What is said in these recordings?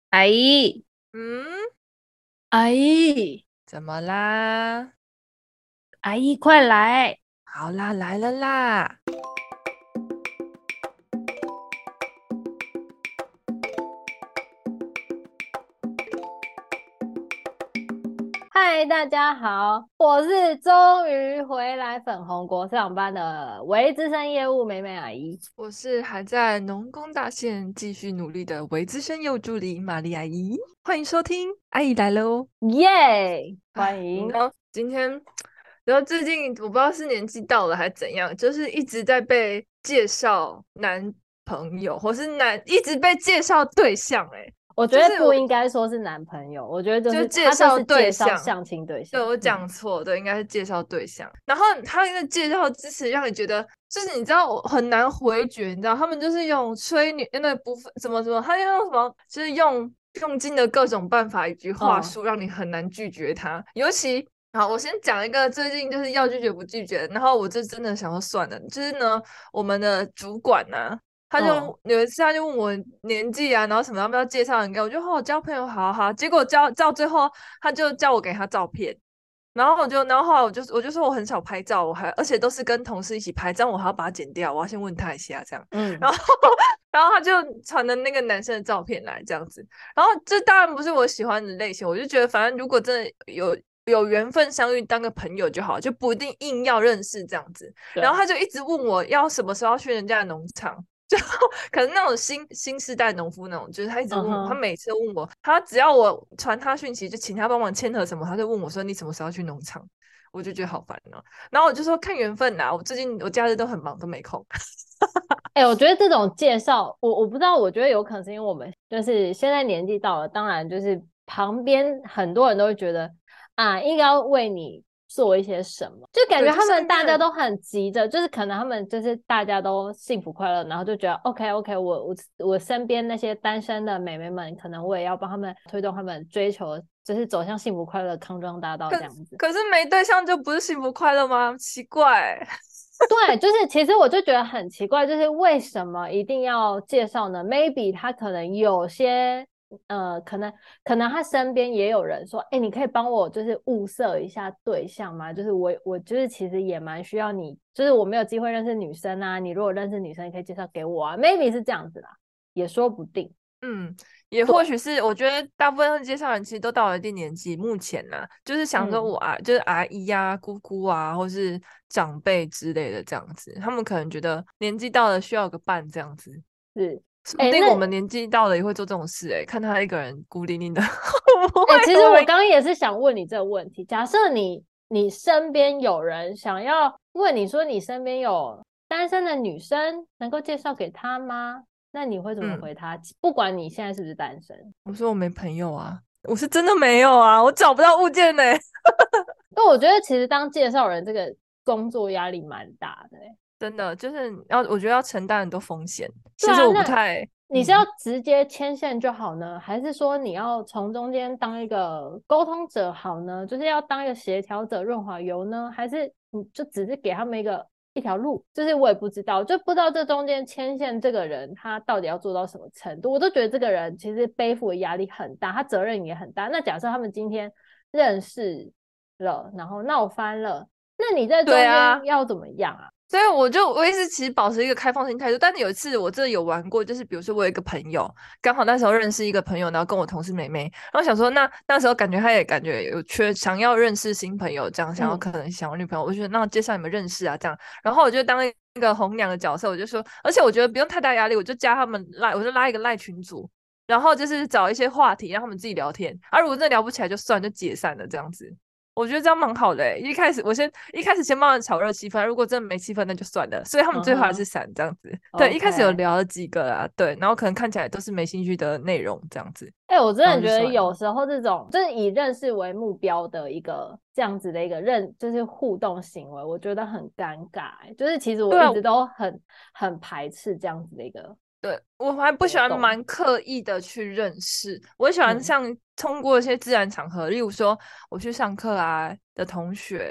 阿姨， 嗯， 阿姨， 怎么啦？ 阿姨，快来！ 好啦，来了啦！ 嗨，大家好，我是终于回来粉红国上班的微资深业务美美阿姨。 我是还在农工大县继续努力的微资深幼助理玛丽阿姨，欢迎收听阿姨来喽！ 耶，欢哎，你知迎！ 道今天，然后最近我不知道是年纪到了还是怎样，就是一直在被介绍男朋友，或是一直被介绍对象、欸， 我觉得就是我不应该说是男朋友，我觉得就就是他就介绍是介绍对象， 相亲对象。 对我嗯， 讲错，对，应该是介绍对象。然后他那个介绍之词让你觉得，就是你知道我很难回绝，你知道他们就是用吹牛那个部分怎么怎么，他用什么，就是用尽的各种办法以及话哦， 术，让你很难拒绝他。尤其好，我先讲一个最近就是要拒绝不拒绝的，然后我就真的想说算了，就是呢，我们的主管呢、他就哦， 有一次他就问我年纪啊，然后什么要不要介绍人给我，我就我交朋友好好，结果交到最后他就叫我给他照片，然后后来我就说我很少拍照，而且都是跟同事一起拍，这样我还要把它剪掉，我要先问他一下这样， 嗯， 然后然后他就传的那个男生的照片来这样子，然后这当然不是我喜欢的类型，我就觉得反正如果真的有缘分相遇，当个朋友就好，就不一定硬要认识这样子。然后对， 他就一直问我要什么时候要去人家的农场，就可能那种新时代农夫那种，就是他一直问我，他嗯哼。 每次问我，他只要我传他讯息，就请他帮忙签合什么，他就问我说你什么时候要去农场，我就觉得好烦哦。然后我就说看缘分啦，我最近我假日都很忙，都没空。 哎、我觉得这种介绍，我不知道，我觉得有可能是因为我们就是现在年纪到了，当然就是旁边很多人都会觉得啊，应该要为你做一些什么，就感对， 觉就他们大家身边的都很急着，就是可能他们就是大家都幸福快乐，然后就觉得 OK OK，我身边那些单身的美眉们，可能我也要帮他们推动他们追求，就是走向幸福快乐的康庄大道可这样子。 可是没对象就不是幸福快乐吗？奇怪。 对，就是其实我就觉得很奇怪，就是为什么一定要介绍呢？Maybe 他可能有些可能他身边也有人说，哎，你可以帮我就是物色一下对象吗？就是我就是其实也蛮需要你，就是我没有机会认识女生啊，你如果认识女生，你可以介绍给我啊，maybe 是这样子啦，也说不定。 嗯，也或对， 许是，我觉得大部分的介绍人其实都到了一定年纪，目前呢，就是想说嗯， 就是阿姨呀、姑姑啊，或是长辈之类的这样子，他们可能觉得年纪到了需要有个伴这样子， 是， 说不哎，那定我们年纪到了也会做这种事、看他一个人孤零零的，会不会哎，其实我们我刚刚也是想问你这个问题。假设你身边有人想要问你说你身边有单身的女生，能够介绍给他吗？那你会怎么嗯， 回他？不管你现在是不是单身， 我说我没朋友啊，我是真的没有啊，我找不到物件呢、 因为我觉得其实当介绍人这个工作压力蛮大的欸。 真的就是我觉得要承担很多风险， 对啊， 其实我不那太你是要直接牵线就好呢，还是说你要从中间当一个沟通者好呢？就是要当一个协调者、润滑油呢，还是你就只是给他们一条路？就是我也不知道，就不知道这中间牵线这个人他到底要做到什么程度。我都觉得这个人其实背负的压力很大，他责任也很大。那假设他们今天认识了，然后闹翻了，那你在中间对啊。 要怎么样啊？ 所以我一直其实保持一个开放性态度，但是有一次我真的有玩过，就是比如说我有一个朋友，刚好那时候认识一个朋友，然后跟我同事妹妹，然后想说那时候感觉他也感觉有想要认识新朋友，这样想要嗯， 可能想要女朋友，我就觉得那介绍你们认识啊这样，然后我就当一个红娘的角色，我就说，而且我觉得不用太大压力，我就加他们赖，我就拉一个赖群组，然后就是找一些话题让他们自己聊天，啊如果真的聊不起来就算就解散了这样子。我觉得这样蛮好的诶，一开始先慢慢炒热气氛，如果真的没气氛那就算了。所以他们最后还是嗯哼散这样子。对，一开始有 ，OK。 聊了几个啦，对，然后可能看起来都是没兴趣的内容这样子， 哎、我真然的觉得后就算了。 有时候这种就是以认识为目标的一个这样子的一个就是互动行为，我觉得很尴尬、就是其实我对啊， 一直都很排斥这样子的一个对，我还不喜欢活动。 蛮刻意的去认识，我喜欢嗯像通过一些自然场合，例如说我去上课啊的同学，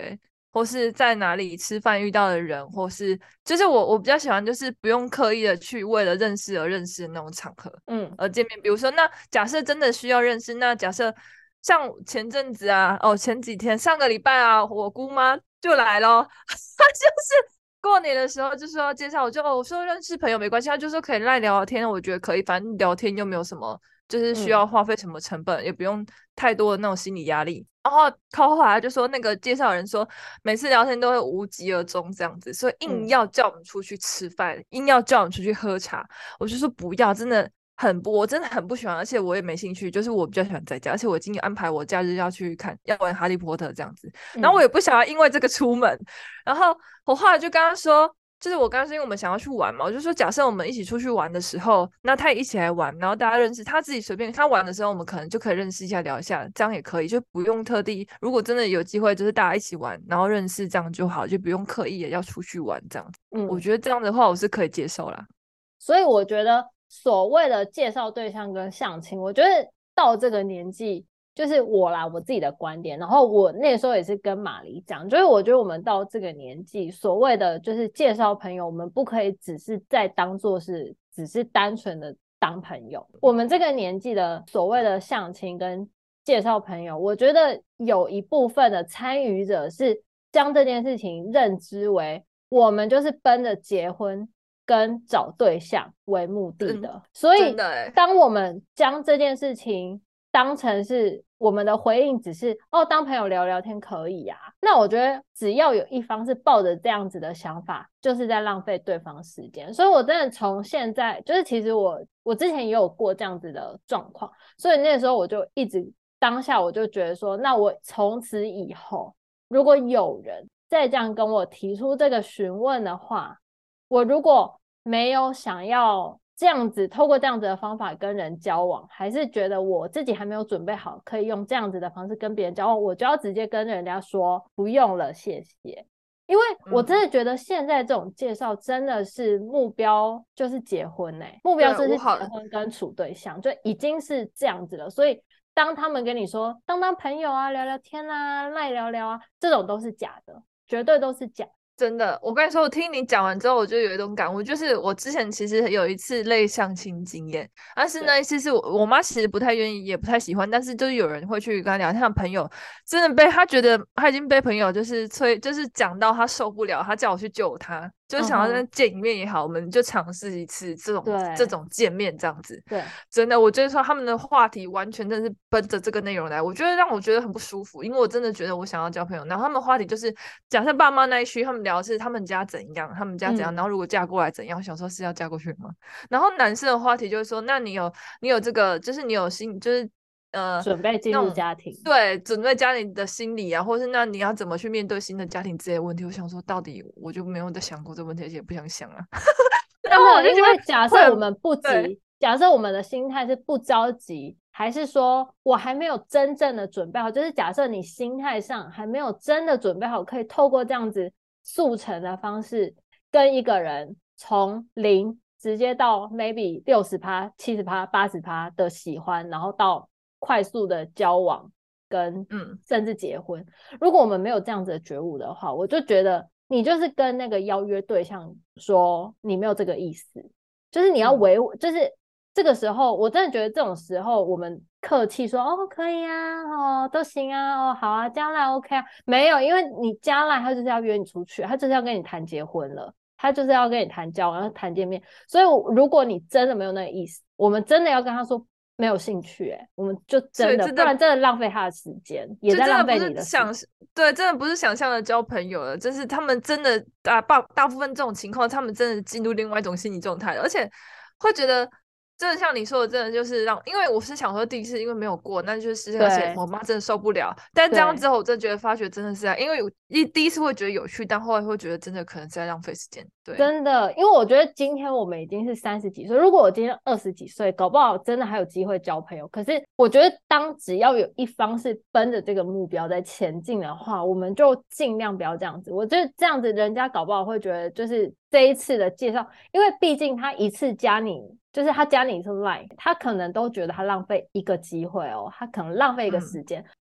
或是在哪里吃饭遇到的人，或是就是我比较喜欢就是不用刻意的去为了认识而认识的那种场合而见面。比如说，那假设真的需要认识，那假设像前阵子啊，前几天上个礼拜啊，我姑妈就来咯她就是过年的时候就说要介绍，我说认识朋友没关系，她就说可以赖聊聊天，我觉得可以，反正聊天又没有什么就是需要花费什么成本，也不用太多的那种心理压力。然后靠后来就说那个介绍人说每次聊天都会无疾而终这样子，所以硬要叫我们出去吃饭，硬要叫我们出去喝茶，我就说不要，我真的很不喜欢，而且我也没兴趣，就是我比较喜欢在家，而且我已经安排我假日要去要玩哈利波特这样子，然后我也不想要因为这个出门，然后我后来就跟他说，就是我刚刚是因为我们想要去玩嘛，我就说假设我们一起出去玩的时候，那他也一起来玩，然后大家认识，他自己随便他玩的时候，我们可能就可以认识一下聊一下，这样也可以，就不用特地，如果真的有机会，就是大家一起玩，然后认识这样就好，就不用刻意的要出去玩这样子。我觉得这样的话我是可以接受啦。 所以我觉得所谓的介绍对象跟相亲，我觉得到这个年纪，就是我自己的观点，然后我那时候也是跟玛丽讲，就是我觉得我们到这个年纪，所谓的就是介绍朋友，我们不可以只是在当做是只是单纯的当朋友。我们这个年纪的所谓的相亲跟介绍朋友，我觉得有一部分的参与者是将这件事情认知为我们就是奔着结婚跟找对象为目的的，所以当我们将这件事情当成是我们的回应，只是当朋友聊聊天可以啊，那我觉得只要有一方是抱着这样子的想法，就是在浪费对方时间。所以我真的从现在就是其实我之前也有过这样子的状况，所以那时候我就一直当下我就觉得说，那我从此以后如果有人再这样跟我提出这个询问的话，我如果没有想要这样子透过这样子的方法跟人交往，还是觉得我自己还没有准备好可以用这样子的方式跟别人交往，我就要直接跟人家说不用了谢谢。因为我真的觉得现在这种介绍真的是目标就是结婚目标就是结婚跟处对象，就已经是这样子了。所以当他们跟你说当朋友啊聊聊天啊赖聊聊啊，这种都是假的，绝对都是假的。 真的，我跟你说，我听你讲完之后，我就有一种感悟，就是我之前其实有一次类相亲经验，但是那一次是我妈其实不太愿意，也不太喜欢，但是就是有人会去跟她聊天，她朋友真的她觉得她已经被朋友就是就是讲到她受不了，她叫我去救她，就想要再见一面也好，我们就尝试一次这种见面这样子。 对， 真的，我觉得说他们的话题完全真的是奔着这个内容来，我觉得让我觉得很不舒服，因为我真的觉得我想要交朋友，然后他们话题就是假设爸妈那一区，他们聊的是他们家怎样，他们家怎样，然后如果嫁过来怎样，我想说是要嫁过去吗？然后男生的话题就是说，那你有这个，就是你有心，就是准备进入家庭， 对，准备家庭的心理啊，或是那你要怎么去面对新的家庭这些问题？我想说，到底我就没有在想过这个问题，而且也不想想啊。 然后我就因为假设我们不急，假设我们的心态是不着急，还是说我还没有真正的准备好，就是假设你心态上还没有真的准备好，可以透过这样子速成的方式跟一个人从零直接到 maybe 60%、70%、80%的喜欢，然后到快速的交往跟甚至结婚。如果我们没有这样子的觉悟的话，我就觉得你就是跟那个邀约对象说你没有这个意思，就是你要就是这个时候我真的觉得这种时候我们客气说可以啊都行啊好啊加赖 OK 啊，没有，因为你加赖他就是要约你出去，他就是要跟你谈结婚了，他就是要跟你谈交往，要谈见面。所以如果你真的没有那个意思，我们真的要跟他说没有兴趣我们就真的不然真的浪费他的时间，也在浪费你的时间。 对，真的不是想象的交朋友了，就是他们真的大部分这种情况，他们真的进入另外一种心理状态了，而且会觉得真的像你说的，真的就是因为我是想说第一次因为没有过，那就是而且我妈真的受不了，但这样之后我真的觉得发觉真的是因为第一次会觉得有趣，但后来会觉得真的可能是在浪费时间。对， 真的，因为我觉得今天我们已经是30几岁，如果我今天20几岁，搞不好真的还有机会交朋友。可是我觉得只要有一方是奔着这个目标在前进的话，我们就尽量不要这样子。我觉得这样子人家搞不好会觉得就是这一次的介绍，因为毕竟他一次加你，就是他加你一次 line， 他可能都觉得他浪费一个机会他可能浪费一个时间。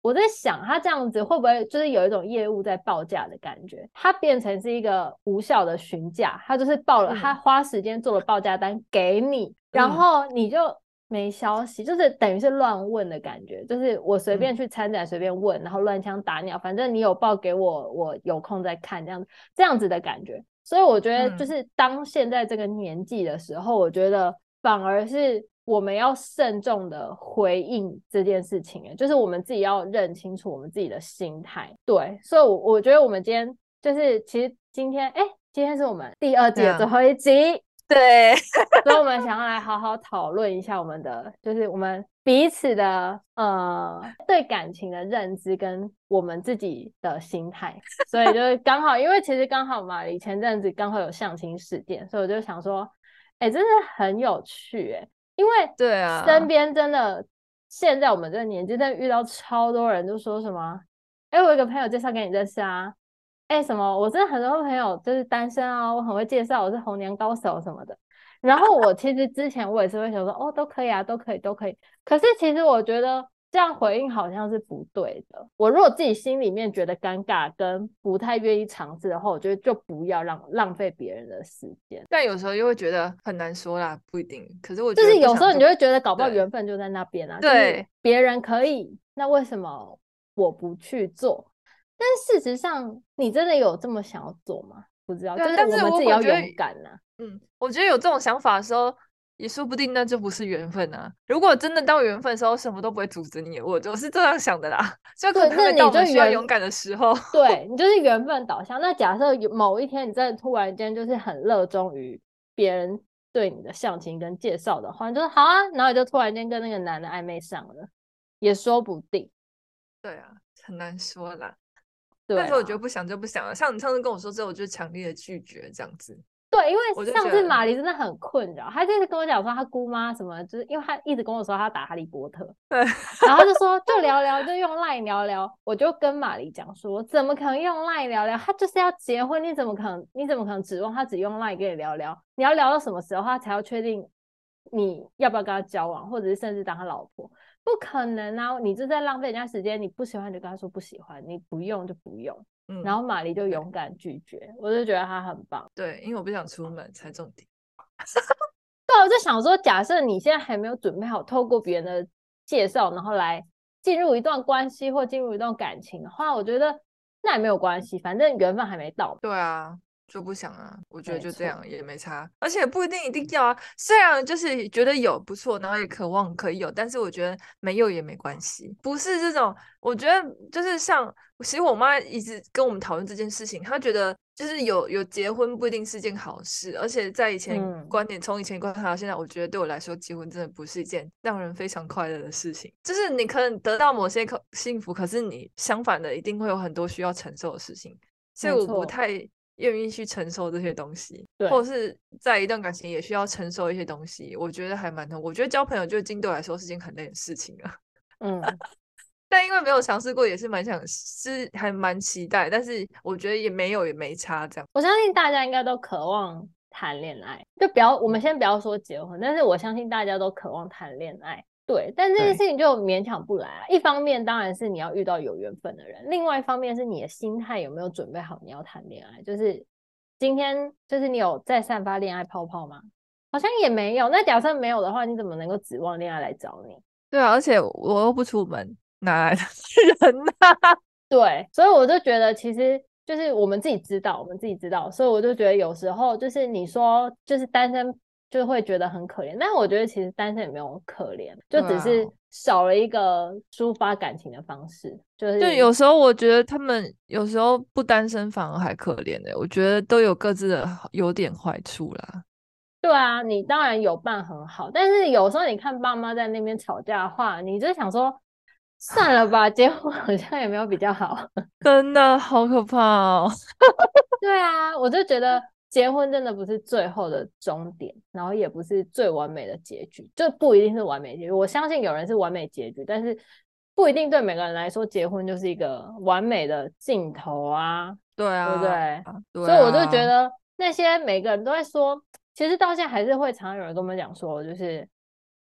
我在想他这样子会不会就是有一种业务在报价的感觉，他变成是一个无效的询价，他就是报了，他花时间做了报价单给你，然后你就没消息，就是等于是乱问的感觉，就是我随便去参展随便问，然后乱枪打鸟，反正你有报给我，我有空再看，这样子的感觉。所以我觉得就是当现在这个年纪的时候，我觉得反而是我们要慎重的回应这件事情，就是我们自己要认清楚我们自己的心态。对，所以我觉得我们今天就是其实今天是我们第2季的最后一集。 对， 所以我们想要来好好讨论一下我们的，就是我们彼此的对感情的认知跟我们自己的心态。所以就是刚好，因为其实刚好嘛，前阵子刚好有相亲事件，所以我就想说，真的很有趣因为对啊， 身边真的现在我们这个年纪，真的遇到超多人就说什么，我有一个朋友介绍给你认识啊。什么？我真的很多朋友就是单身啊，我很会介绍，我是红娘高手什么的。然后我其实之前我也是会想说，哦，都可以啊，都可以，都可以。可是其实我觉得这样回应好像是不对的。我如果自己心里面觉得尴尬跟不太愿意尝试的话，我觉得就不要浪费别人的时间。 但有时候又会觉得很难说啦，不一定。可是我觉得就是有时候你就会觉得搞不好缘分就在那边啊， 对， 就是别人可以，那为什么我不去做？但事实上，你真的有这么想要做吗？不知道，就是我们自己要勇敢啊。 我觉得有这种想法的时候，也说不定那就不是缘分啊。如果真的到缘分的时候，什么都不会阻止你。我是这样想的啦，就可能还没到我们需要勇敢的时候。 对，你就是缘分导向。那假设某一天你真的突然间就是很热衷于别人对你的相亲跟介绍的话，你就说好啊，然后你就突然间跟那个男的暧昧上了，也说不定。 对啊，很难说啦。 对， 但是我觉得不想就不想了。像你上次跟我说之后，我就强烈的拒绝这样子。 对，因为上次马黎真的很困扰，他就是跟我讲说他姑妈什么，就是因为他一直跟我说他打哈利波特， 对， 然后他就说就聊聊，就用 LINE 聊聊。我就跟马黎讲说，怎么可能用 LINE 聊聊？他就是要结婚，你怎么可能指望他只用 LINE 跟你聊聊？你要聊到什么时候他才要确定你要不要跟他交往，或者是甚至当他老婆？不可能啊！你就在浪费人家时间，你不喜欢就跟他说不喜欢，你不用就不用。然后马黎就勇敢拒绝，我就觉得他很棒。 对，因为我不想出门才重点。 对，我就想说，假设你现在还没有准备好透过别人的介绍，然后来进入一段关系或进入一段感情的话，我觉得那也没有关系，反正缘分还没到。 对啊，就不想啊，我觉得就这样也没差，而且不一定一定要啊。虽然就是觉得有不错，然后也渴望可以有，但是我觉得没有也没关系。不是这种，我觉得就是像，其实我妈一直跟我们讨论这件事情，她觉得就是有结婚不一定是件好事，而且在以前观点，从以前观察到现在，我觉得对我来说，结婚真的不是一件让人非常快乐的事情。就是你可能得到某些幸福，可是你相反的一定会有很多需要承受的事情。所以我不太愿意去承受这些东西，或者是在一段感情也需要承受一些东西，我觉得还蛮痛。我觉得交朋友就已经对我来说是件很累的事情了。但因为没有尝试过，也是还蛮期待，但是我觉得也没差这样。 我相信大家应该都渴望谈恋爱，就我们先不要说结婚，但是我相信大家都渴望谈恋爱。对，但这件事情就勉强不来啊。一方面当然是你要遇到有缘分的人，另外一方面是你的心态有没有准备好你要谈恋爱。就是今天就是你有在散发恋爱泡泡吗？好像也没有。那假设没有的话，你怎么能够指望恋爱来找你？ 对啊，而且我又不出门，哪来的人啊？ 对，所以我就觉得其实就是我们自己知道，所以我就觉得有时候就是你说就是单身。就会觉得很可怜，但我觉得其实单身也没有可怜，就只是少了一个抒发感情的方式。就有时候我觉得他们有时候不单身反而还可怜我觉得都有各自的优点坏处啦。 对啊，你当然有伴很好，但是有时候你看爸妈在那边吵架的话，你就想说算了吧，结婚好像也没有比较好。 真的好可怕哦。 对啊，我就觉得结婚真的不是最后的终点，然后也不是最完美的结局，就不一定是完美结局。我相信有人是完美结局，但是不一定对每个人来说，结婚就是一个完美的尽头啊。 对啊， 对不对？ 对啊， 所以我就觉得那些每个人都在说，其实到现在还是会常有人跟我们讲说，就是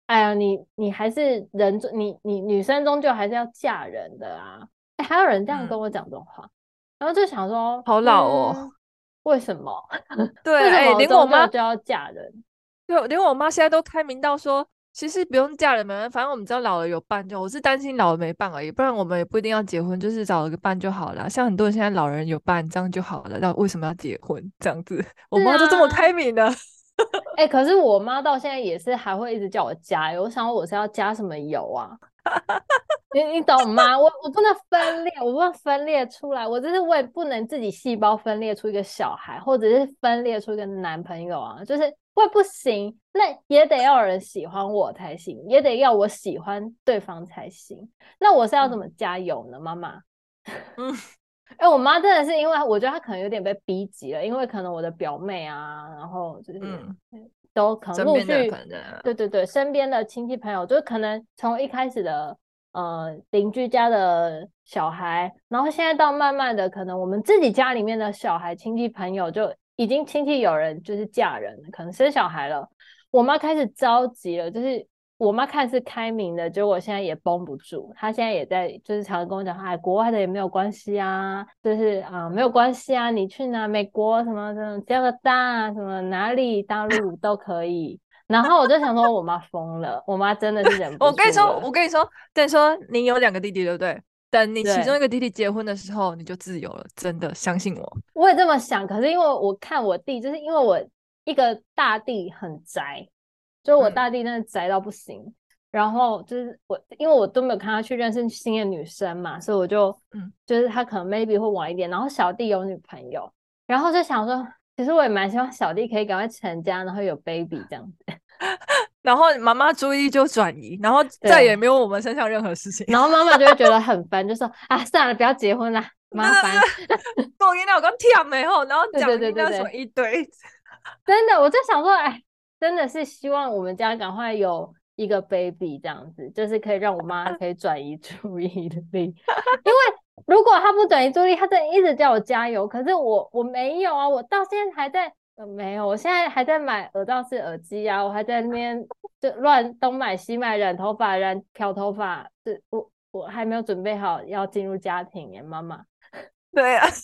哎呀，你还是人，你女生终究还是要嫁人的啊。哎，还有人这样跟嗯， 我讲这种话，然后就想说， 好老哦。 为什么？ 对， 为什哎、 么终究就要嫁人？ 对，连我妈现在都开明到说，其实不用嫁人们，反正我们只要老了有伴就。我是担心老了没伴而已，不然我们也不一定要结婚，就是找了个伴就好了。像很多人现在老人有伴，这样就好了，那为什么要结婚？这样子，我是妈都这么啊， 开明了。 哎，可是我妈到现在也是还会一直叫我加油。我想我是要加什么油啊？你懂吗？我不能分裂，我不能分裂出来，我就是为不能自己细胞分裂出一个小孩，或者是分裂出一个男朋友啊，就是会不行，那也得要有人喜欢我才行，也得要我喜欢对方才行。那我是要怎么嗯加油呢，妈妈？ 嗯哎，我妈真的是因为我觉得她可能有点被逼急了，因为可能我的表妹啊，然后就是嗯， 都可能身边的人可陆续， 能这样。 对对对，身边的亲戚朋友，就是可能从一开始的邻居家的小孩，然后现在到慢慢的，可能我们自己家里面的小孩，亲戚朋友就已经亲戚有人就是嫁人了，可能生小孩了，我妈开始着急了，就是我妈看似开明的，结果现在也绷不住。她现在也在，就是常常跟我讲，哎，国外的也没有关系啊，就是没有关系啊，你去哪美国什么什么加拿大什么哪里大陆都可以。然后我就想说，我妈疯了，我妈真的是忍不我跟你说， 住了。 你有2个弟弟，对不对？等你其中对， 一个弟弟结婚的时候，你就自由了，真的，相信我。 我也这么想，可是因为我看我弟，就是因为我一个大弟很宅，就是我嗯大弟真的宅到不行。然后就是我，因为我都没有看他去认识新的女生嘛，所以我就嗯， 就是他可能 maybe 会晚一点。然后小弟有女朋友，然后就想说，其实我也蛮希望小弟可以赶快成家，然后有 baby 这样子。 然后妈妈注意力就转移，然后再也对， 没有我们身上任何事情。 然后妈妈就会觉得很烦，就说啊，算了，不要结婚啦， 对对麻烦。 对，我跟你讲，我刚跳没后，然后对对讲你那什么对对对。 一堆。 真的，我就想说，哎，真的是希望我们家赶快有一个 baby 这样子，就是可以让我妈可以转移注意力。因为如果她不转移注意力，她真的一直叫我加油，可是我没有啊，我到现在还在没有，我现在还在买耳罩式耳机啊，我还在那边就乱东买西买，染头发、漂头发，这我还没有准备好要进入家庭耶，妈妈。 对啊，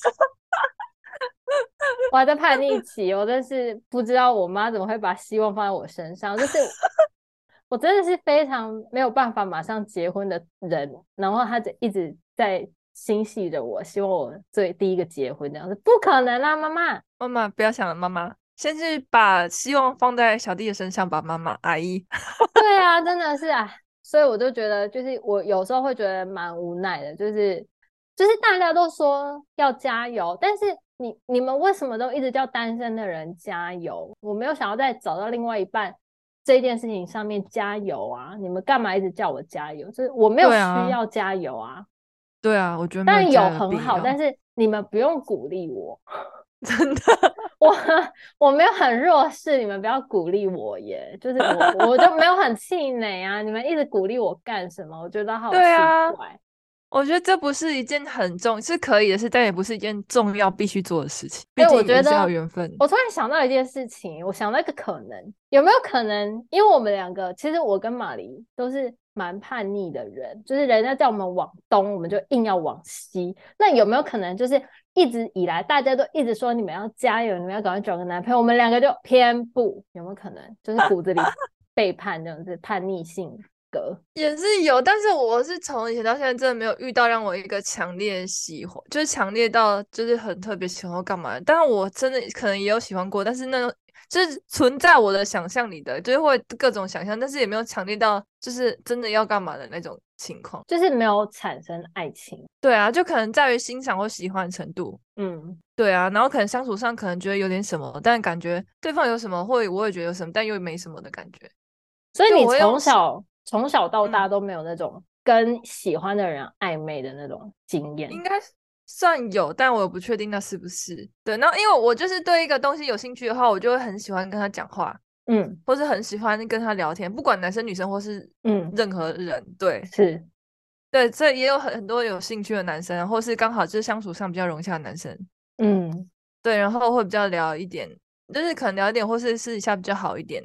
我还在叛逆期，我真是不知道我妈怎么会把希望放在我身上，就是我真的是非常没有办法马上结婚的人，然后她就一直在心系着我，希望我第一个结婚这样子，不可能啦，妈妈。 妈妈不要想了，妈妈先是把希望放在小弟的身上吧，妈妈阿姨。 对啊，真的是啊，所以我就觉得，就是我有时候会觉得蛮无奈的，就是大家都说要加油，但是你们为什么都一直叫单身的人加油？我没有想要再找到另外一半这件事情上面加油啊！你们干嘛一直叫我加油？就是我没有对啊， 需要加油啊， 对啊，我觉得没当然有有加的很好，但必要。 是你们不用鼓励我， 真的。 我我没有很弱势，你们不要鼓励我耶，就是我就没有很气馁啊！你们一直鼓励我干什么？我觉得好奇对啊， 怪。 我觉得这不是一件是可以的事，但也不是一件重要必须做的事情，毕哎，我竟也是要觉得有缘分。 我突然想到一件事情，我想到一个可能，有没有可能？因为我们两个，其实我跟玛丽都是蛮叛逆的人，就是人家叫我们往东，我们就硬要往西。那有没有可能，就是一直以来大家都一直说你们要加油，你们要赶快找个男朋友，我们两个就偏不？有没有可能，就是骨子里背叛这样子叛逆性格？ 也是有，但是我是从以前到现在真的没有遇到让我一个强烈喜欢，就是强烈到就是很特别喜欢或干嘛的。但是我真的可能也有喜欢过，但是那种就是存在我的想象里的，就是会各种想象，但是也没有强烈到就是真的要干嘛的那种情况。 就是没有产生爱情。 对啊，就可能在于欣赏或喜欢的程度。 嗯， 对啊，然后可能相处上可能觉得有点什么，但感觉对方有什么，或者我也觉得有什么，但又没什么的感觉。 所以你就我会用从小到大嗯， 都没有那种跟喜欢的人暧昧的那种经验。 应该算有，但我也不确定那是不是。对，然后因为我就是对一个东西有兴趣的话，我就会很喜欢跟他讲话， 嗯或是很喜欢跟他聊天，不管男生女生或是嗯， 任何人。对是， 对，这也有很多有兴趣的男生，或是刚好就是相处上比较融洽的男生。 嗯对，然后会比较聊一点，就是可能聊一点，或是私底下比较好一点啊。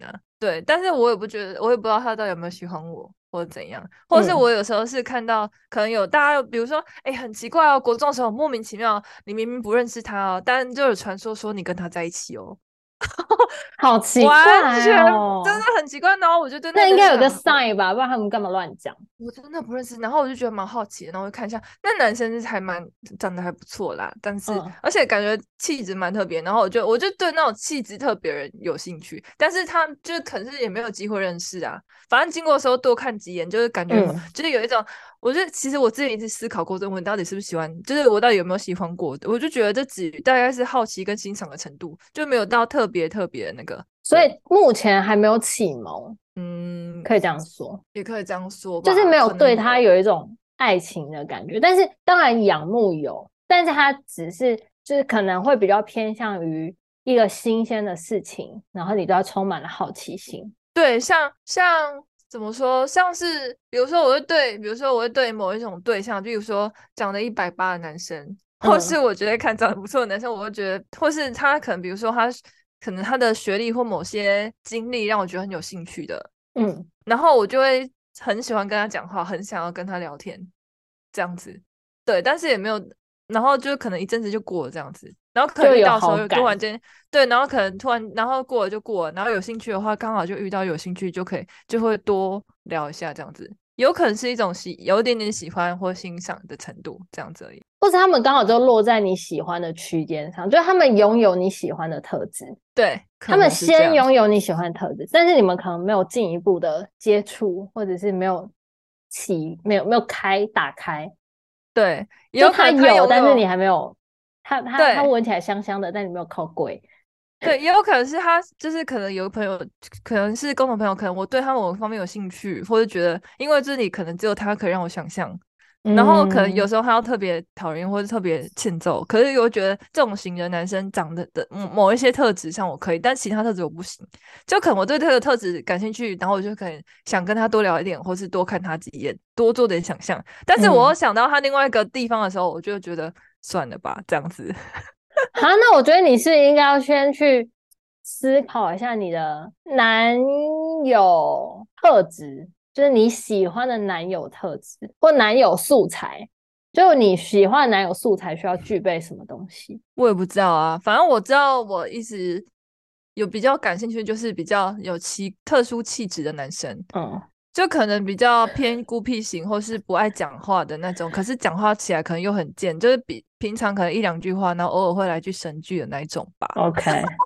对，但是我也不觉得，我也不知道他到底有没有喜欢我或者怎样，或者是我有时候是看到可能有大家比如说，哎，很奇怪哦，国中的时候莫名其妙，你明明不认识他哦，但就有传说说你跟他在一起哦， 好奇完怪全真哦。 的很奇怪，然后我就对那那应该有个男生讲， sign 吧，不然他们干嘛乱讲？ 我真的不认识，然后我就觉得蛮好奇的，然后就看一下，那男生是还蛮长得还不错啦，但是嗯， 而且感觉气质蛮特别，然后我就对那种气质特别人有兴趣，但是他就是可是也没有机会认识啊，反正经过的时候多看几眼，就是感觉就是有一种，我觉得其实我之前一直思考过这个问题，到底是不是喜欢，就是我到底有没有喜欢过的，我就觉得这只大概是好奇跟欣赏的程度，就没有到特别特别的那个， 所以对， 目前还没有启蒙， 嗯， 可以这样说。 也可以这样说吧， 就是没有可能对他有一种爱情的感觉，但是当然仰慕有，但是他只是就是可能会比较偏向于一个新鲜的事情，然后你对他充满了好奇心。 对，像怎么说，像是比如说比如说我会对某一种对象，比如说长得180的男生，或是我觉得看长得不错的男生，我会觉得，或是他可能比如说可能他的学历或某些经历让我觉得很有兴趣的，然后我就会很喜欢跟他讲话，很想要跟他聊天，这样子。对，但是也没有，然后就可能一阵子就过了这样子，然后可能遇就有到的时候又突好感。 然间，对，然后可能突然，然后过了就过了，然后有兴趣的话，刚好就遇到有兴趣，就会多聊一下这样子，有可能是一种有一点点喜欢或欣赏的程度这样子而已。 或者他们刚好就落在你喜欢的区间上，就是他们拥有你喜欢的特质， 对， 他们可能是这先样。 拥有你喜欢的特质，但是你们可能没有进一步的接触，或者是没有打开， 对，也就有可能他他有，但是你拥有， 还没有，他对， 闻起来香香的，但你没有靠柜。 对，也有可能是他，就是可能有个朋友，可能是共同朋友，可能我对他某方面有兴趣，或者觉得，因为这里可能只有他可以让我想象，然后可能有嗯， 时候他要特别讨厌或者特别欠揍，可是我觉得这种型的男生长得的某一些特质上我可以，但其他特质我不行，就可能我对这个特质感兴趣，然后我就可能想跟他多聊一点，或是多看他几眼，多做点想象，但是我又想到他另外一个地方的时候，我就觉得算了吧，这样子。 好，那我觉得你是应该要先去思考一下你的男友特质，就是你喜欢的男友特质或男友素材，就你喜欢的男友素材需要具备什么东西？ 我也不知道啊，反正我知道我一直有比较感兴趣，就是比较有特殊气质的男生， 嗯， 就可能比较偏孤僻型，或是不爱讲话的那种，可是讲话起来可能又很贱，就是比平常可能一两句话，然后偶尔会来句神句的那一种吧， OK，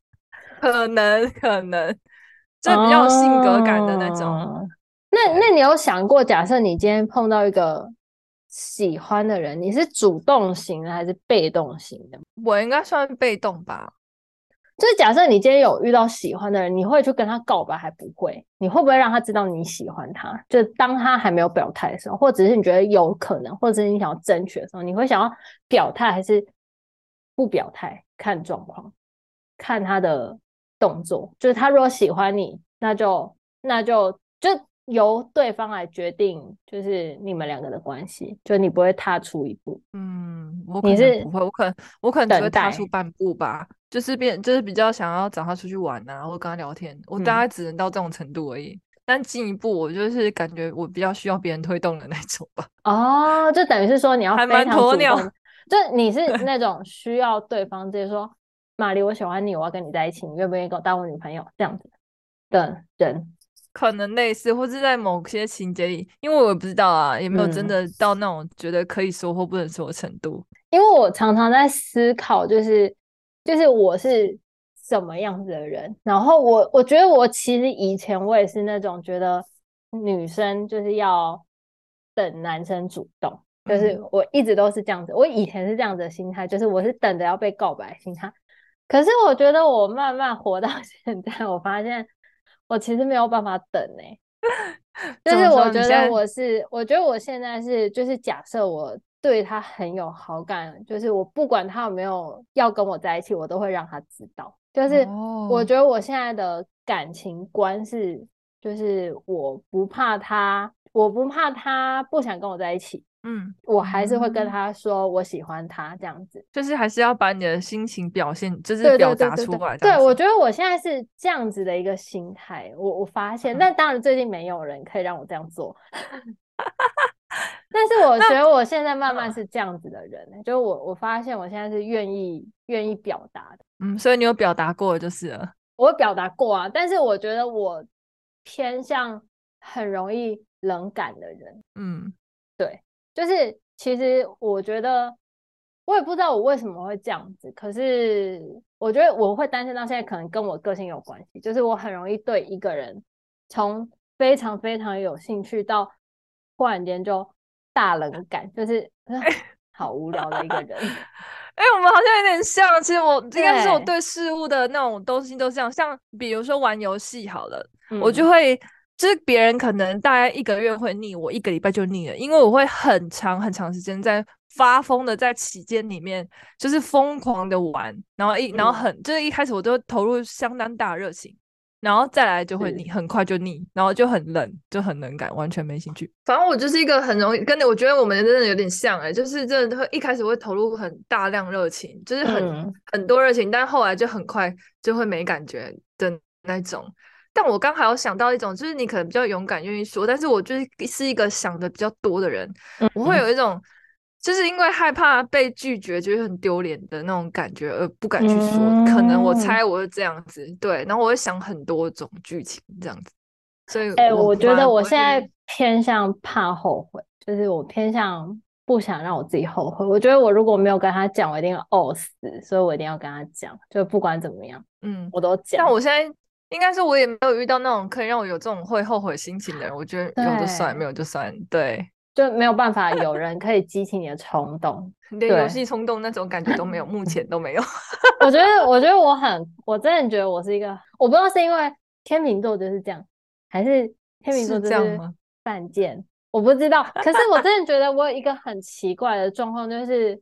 可能，就是比较有性格感的那种。 哦，那对， 你有想过，假设你今天碰到一个喜欢的人，你是主动型的还是被动型的？ 我应该算被动吧。 就是假设你今天有遇到喜欢的人，你会去跟他告白还不会？你会不会让他知道你喜欢他？就当他还没有表态的时候，或者是你觉得有可能，或者是你想要争取的时候，你会想要表态还是不表态？看状况，看他的动作。就是他如果喜欢你，那就由对方来决定，就是你们两个的关系，就你不会踏出一步， 嗯，我可你是能不会，我可能只会等待。 踏出半步吧，就是比较想要找他出去玩啊，然后跟他聊天，我大概嗯， 只能到这种程度而已。但进一步，我就是感觉我比较需要别人推动的那种吧， 哦，就等于是说你要还蛮非常鸵鸟。 主动，就你是那种需要对方直接说玛丽，我喜欢你，我要跟你在一起，你愿不愿意跟我当我女朋友这样子的人？ 可能类似，或是在某些情节里，因为我也不知道啊，也没有真嗯， 的到那种觉得可以说或不能说的程度。 因为我常常在思考，就是我是什么样子的人，然后我觉得我其实以前我也是那种觉得女生就是要等男生主动，就是嗯， 我一直都是这样子，我以前是这样子的心态，就是我是等着要被告白的心态。可是我觉得我慢慢活到现在，我发现我其实没有办法等欸，就是怎么说？你我觉得现在我觉得我现在是，就是假设我对他很有好感，就是我不管他有没有要跟我在一起，我都会让他知道。就是我哦， 觉得我现在的感情观是，就是我不怕他不想跟我在一起， 我还是会跟他说我喜欢他这样子。 就是还是要把你的心情表现，就是对对表对对对达出来，这对， 样子。 我觉得我现在是这样子的一个心态，我发现，但当然最近没有人可以让我这样做。但是我觉得我现在慢慢是这样子的人，就是我发现我现在是愿意表达的。 所以你有表达过就是了。 我有表达过啊，但是我觉得我偏向很容易冷感的人。对，就是其实我觉得我也不知道我为什么会这样子，可是我觉得我会单身到现在，可能跟我个性有关系，就是我很容易对一个人从非常非常有兴趣到忽然间就大冷感，就是好无聊的一个人。 我们好像有点像。其实我应该是我对， 对事物的那种东西都这样，像比如说玩游戏好了，我就嗯会就是别人可能大概1个月会腻我，1个礼拜就腻了，因为我会很长很长时间在发疯的在期间里面，就是疯狂的玩，然后就是一开始我都投入相当大的热情，然后再来就会腻，很快就腻，然后就很冷，就很冷感，完全没兴趣。反正我就是一个很容易跟你，我觉得我们真的有点像就是真的会一开始会投入很大量热情，就是很多热情，但后来就很快就会没感觉的那种。但我刚还有想到一种，就是你可能比较勇敢，愿意说，但是我就是一个想的比较多的人，我会有一种就是因为害怕被拒绝，觉得很丢脸的那种感觉，而不敢去说。可能我猜我是这样子，对，然后我会想很多种剧情这样子，所以我我觉得反而不会。 我现在偏向怕后悔，就是我偏向不想让我自己后悔。我觉得我如果没有跟他讲，我一定要呕死，所以我一定要跟他讲，就不管怎么样，我都讲。 但我现在应该说，我也没有遇到那种可以让我有这种会后悔心情的人。我觉得有就算，没对， 有就算，对， 就没有办法有人可以激起你的冲动。 连游对， 戏冲动那种感觉都没有，目前都没有。 我觉得我真的觉得我是一个，我不知道是因为天秤座就是这样，还是天秤座是就是这样吗？ 犯贱，我不知道。可是我真的觉得我有一个很奇怪的状况，就是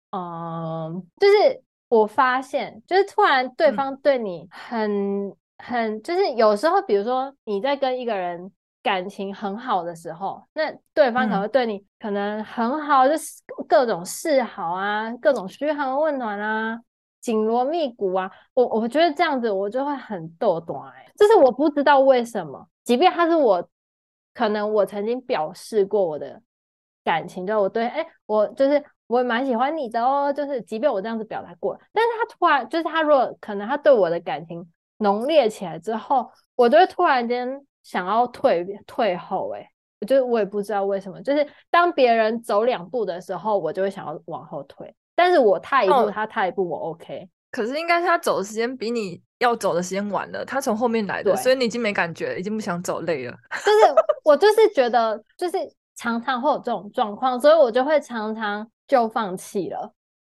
就是我发现，就是突然对方对你就是有时候，比如说你在跟一个人感情很好的时候，那对方可能会对你可能很好，就是各种示好啊，各种嘘寒问暖啊，紧锣密鼓啊。我觉得这样子我就会很逗短就是我不知道为什么，即便他是可能我曾经表示过我的感情，就我对我就是我蛮喜欢你的哦，就是即便我这样子表达过了，但是他突然就是他如果可能他对我的感情浓烈起来之后，我就会突然间想要退后我也不知道为什么，就是当别人走2步的时候，我就会想要往后退，但是我踏一步，他踏一步，我 OK。 可是应该是他走的时间比你要走的时间晚了，他从后面来的，所以对， 你已经没感觉了，已经不想走，累了。 就是我就是觉得就是常常会有这种状况，所以我就会常常就放弃了。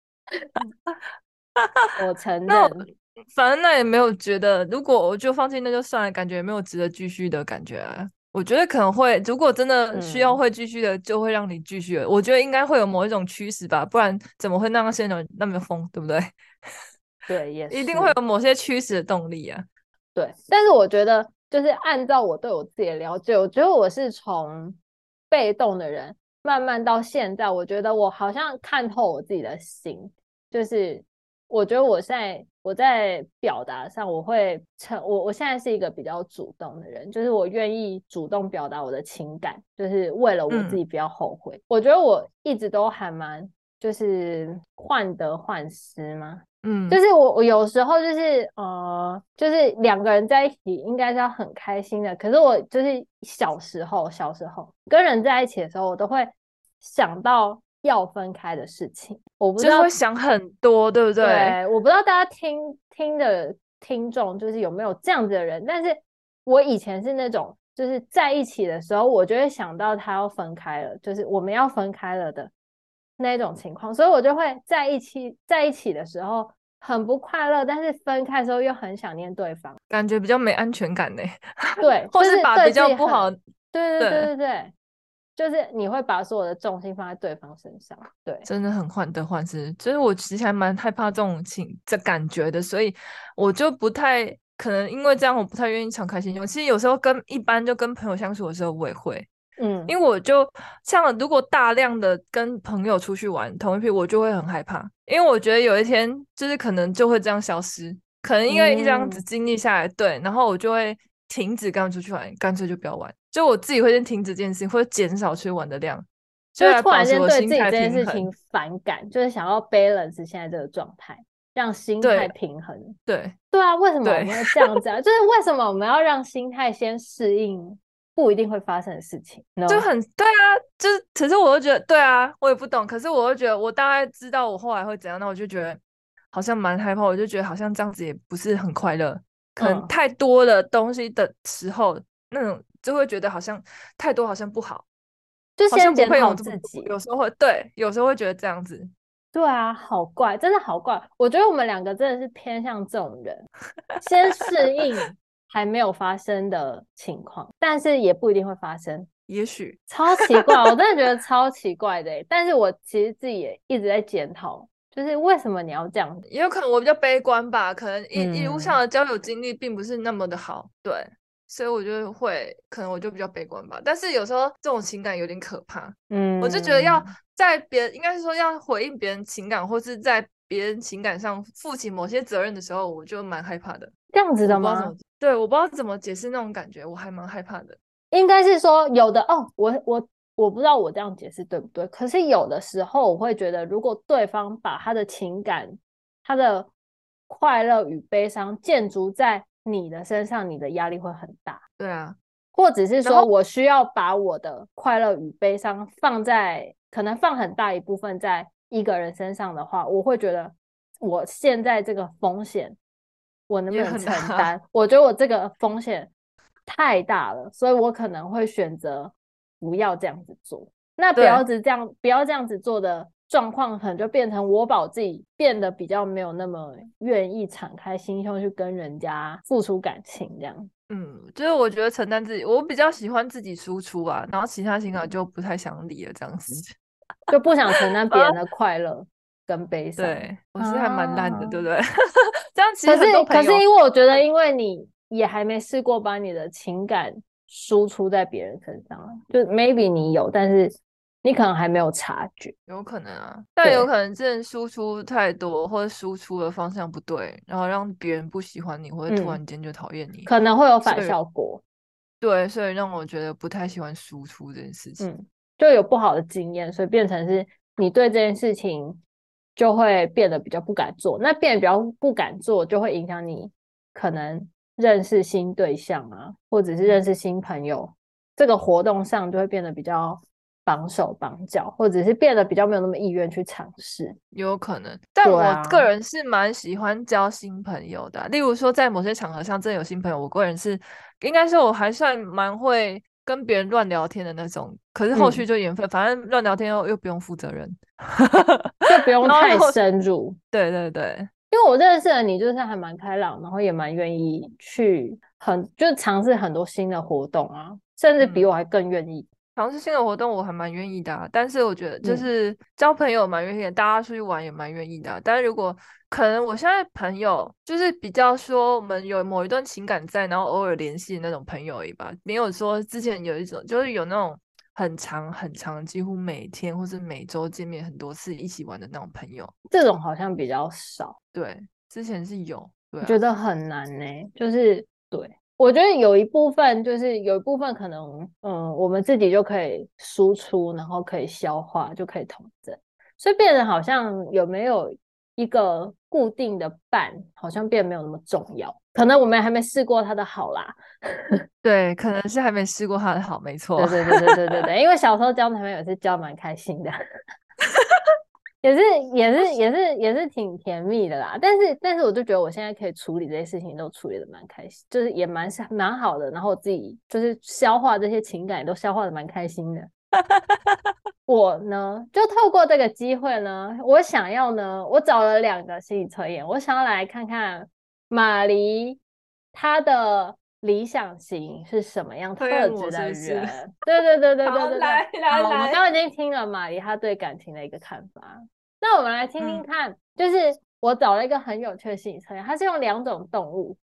我承那认。 反正那也没有觉得，如果我就放弃那就算了，感觉也没有值得继续的感觉啊。我觉得可能会，如果真的需要会继续的，就会让你继续了。我觉得应该会有某一种驱使吧，不然怎么会让那些人那么疯，对不对？ 对，也一定会是。 有某些驱使的动力啊。 对，但是我觉得就是按照我对我自己的了解，我觉得我是从被动的人慢慢到现在，我觉得我好像看透我自己的心，就是我觉得我在表达上，我现在是一个比较主动的人，就是我愿意主动表达我的情感，就是为了我自己不要后悔。我觉得我一直都还蛮就是患得患失吗？就是我有时候就是2个人在一起应该是要很开心的，可是我就是小时候跟人在一起的时候，我都会想到要分开的事情。我不知道， 就是会想很多，对不对？ 对，我不知道大家听的听众就是有没有这样子的人，但是我以前是那种就是在一起的时候，我就会想到他要分开了，就是我们要分开了的那种情况，所以我就会在一起的时候很不快乐，但是分开的时候又很想念对方。 感觉比较没安全感呢。 对， 或就是对是把比自己很， 较不好， 对对对对， 对对，就是你会把所有的重心放在对方身上。对， 真的很患得患失。就是我其实还蛮害怕这感觉的，所以我就不太可能因为这样，我不太愿意敞开心胸。其实有时候一般就跟朋友相处的时候，我也会， 因为我就像如果大量的跟朋友出去玩同一批，我就会很害怕，因为我觉得有一天就是可能就会这样消失，可能因为这样子经历下来，对，然后我就会停止跟他们出去玩，干脆就不要玩，就我自己会先停止这件事情，或者减少去玩的量， 就是来保持突然间我心态对自己这件平衡。 事情反感，就是想要 balance 现在这个状态，让心态对平衡。 对对啊，为什么我对， 们会这样子啊？就是为什么我们要让心态先适应不一定会发生的事情就呢？ 很对啊，就是可是我就觉得对啊，我也不懂，可是我就觉得我大概知道我后来会怎样，那我就觉得好像蛮害怕，我就觉得好像这样子也不是很快乐，可能嗯， 太多的东西的时候，那种就会觉得好像太多好像不好， 就好像不先检讨配有这么多， 自己。 有时候会对，有时候会觉得这样子， 对啊，好怪，真的好怪。我觉得我们两个真的是偏向这种人，先适应还没有发生的情况，但是也不一定会发生。 也许超奇怪，我真的觉得超奇怪的欸。但是我其实自己也一直在检讨，就是为什么你要这样子？ 也有可能我比较悲观吧，可能一路上嗯的交友经历并不是那么的好，对，所以我就会可能我就比较悲观吧。但是有时候这种情感有点可怕，我就觉得要嗯， 在别人应该是说要回应别人情感，或是在别人情感上负起某些责任的时候，我就蛮害怕的。 这样子我不知道怎么的吗？ 对，我不知道怎么解释那种感觉，我还蛮害怕的。 应该是说有的哦，我不知道我这样解释对不对，可是有的时候我会觉得，如果对方把他的情感、他的快乐与悲伤建筑在你的身上，你的压力会很大。 对啊， 或者是然后说我需要把我的快乐与悲伤放在，可能放很大一部分在一个人身上的话，我会觉得我现在这个风险，我能不能也很大， 承担？我觉得我这个风险太大了，所以我可能会选择不要这样子做。那不要对。 这样，不要这样子做的状况，可能就变成我把自己变得比较没有那么愿意敞开心胸去跟人家付出感情，这样。 就是我觉得承担自己，我比较喜欢自己输出啊，然后其他情感就不太想理了，这样子。 就不想承担别啊， 人的快乐跟悲伤对，我是还蛮烂的， 啊。 对不对？这样其可是， 实很多朋友， 可是因为我觉得，因为你也还没试过把你的情感输出在别人身上啊，就 maybe 你有，但是你可能还没有察觉。 有可能啊，但有对， 可能真的输出太多，或者输出的方向不对，然后让别人不喜欢你，或者突嗯， 然间就讨厌你， 可能会有反所以效果。 对，所以让我觉得不太喜欢输出这件事情。 嗯，就有不好的经验，所以变成是你对这件事情就会变得比较不敢做。那变得比较不敢做，就会影响你可能认识新对象啊，或者是认识新朋友，这个活动上就会变得比较绑手绑脚，或者是变得比较没有那么意愿去尝试。 有可能，但我个对啊， 人是蛮喜欢交新朋友的啊。例如说，在某些场合上，真的有新朋友，我个人是应该说我还算蛮会跟别人乱聊天的那种。可是后续嗯， 就缘分，反正乱聊天又不用负责任， 就不用太然后后深入。 对对对， 因为我认识的你，就是还蛮开朗，然后也蛮愿意去就是尝试很多新的活动啊，甚至比嗯。 我还更愿意。 尝试新的活动我还蛮愿意的啊，但是我觉得就嗯是交朋友蛮愿意的，大家出去玩也蛮愿意的啊。但是如果可能，我现在朋友就是比较说我们有某一段情感在，然后偶尔联系的那种朋友而已吧，没有说之前有一种就是有那种很长很长，几乎每天或是每周见面很多次一起玩的那种朋友。 这种好像比较少， 对，之前是有，对啊， 我觉得很难呢、就是对，我觉得有一部分就是有一部分可能，我们自己就可以输出，然后可以消化，就可以统整，所以变得好像有没有一个固定的伴，好像变得没有那么重要。可能我们还没试过它的好啦。 对，可能是还没试过他的好，没错。 对对对对对对对，因为小时候交男朋友也是交蛮开心的。也是挺甜蜜的啦。但是我就觉得我现在可以处理这些事情都处理的蛮开心，就是也蛮好的。然后我自己就是消化这些情感也都消化的蛮开心的。我呢，就透过这个机会呢，我想要呢，我找了2个心理测验，我想要来看看马黎她的理想型是什么样讨厌特质的我是不是？ 人。对对对对对好， 对对。 来来好，我们刚来， 刚已经听了马黎她对感情的一个看法，那我们来听听嗯看，就是我找了一个很有趣的心理测验，它是用2种动物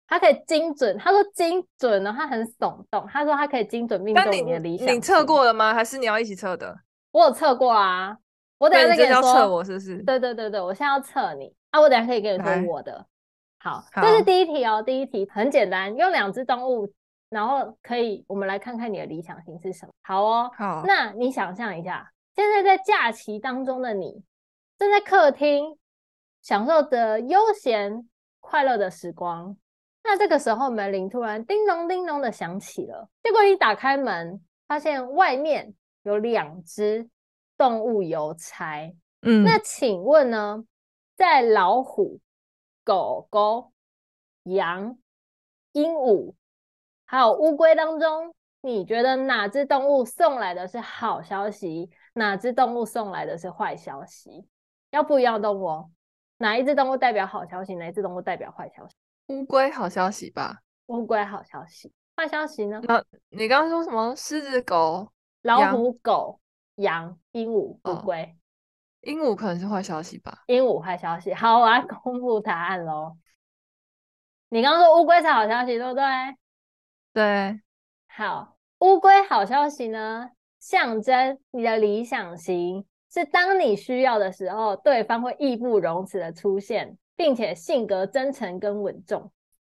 它可以精准，他说精准呢，它很耸动，他说它可以精准命但中你的理你想型。 测过了吗？还是你要一起测的？ 我有测过啊，我等一下再所以你这是要测跟你说。 我是不是？ 对对对对，我现在要测你啊，我等一下可以跟你说来， 我的。好，这是好， 第一题哦，第一题很简单，用两只动物，然后可以我们来看看你的理想型是什么。好哦， 好， 那你想象一下，现在在假期当中的你，正在客厅享受着悠闲快乐的时光。那这个时候门铃突然叮咚叮咚的响起了，结果你打开门，发现外面有两只动物邮差。那嗯， 请问呢，在老虎、狗狗、羊、鹦鹉还有乌龟当中，你觉得哪只动物送来的是好消息，哪只动物送来的是坏消息？要不一样的动物哦，哪一只动物代表好消息，哪一只动物代表坏消息？ 乌龟好消息吧？ 乌龟好消息，坏消息呢？ 那你刚刚说什么？狮子、狗、羊？ 老虎、狗、羊、鹦鹉、乌哦， 龟。 鹦鹉可能是坏消息吧？ 鹦鹉坏消息。好，我要公布答案喽。你刚刚说乌龟是好消息，对不对？ 对， 好，乌龟好消息呢，象征你的理想型是当你需要的时候，对方会义不容辞的出现，并且性格真诚跟稳重。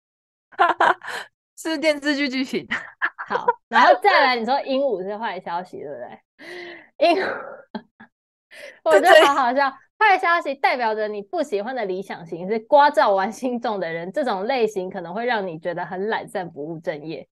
是电视剧剧情。 好，然后再来，你说鹦鹉是坏消息，对不对？鹦鹉，我觉得这这好好笑。坏消息代表着你不喜欢的理想型是聒噪完心重的人，这种类型可能会让你觉得很懒散、不务正业，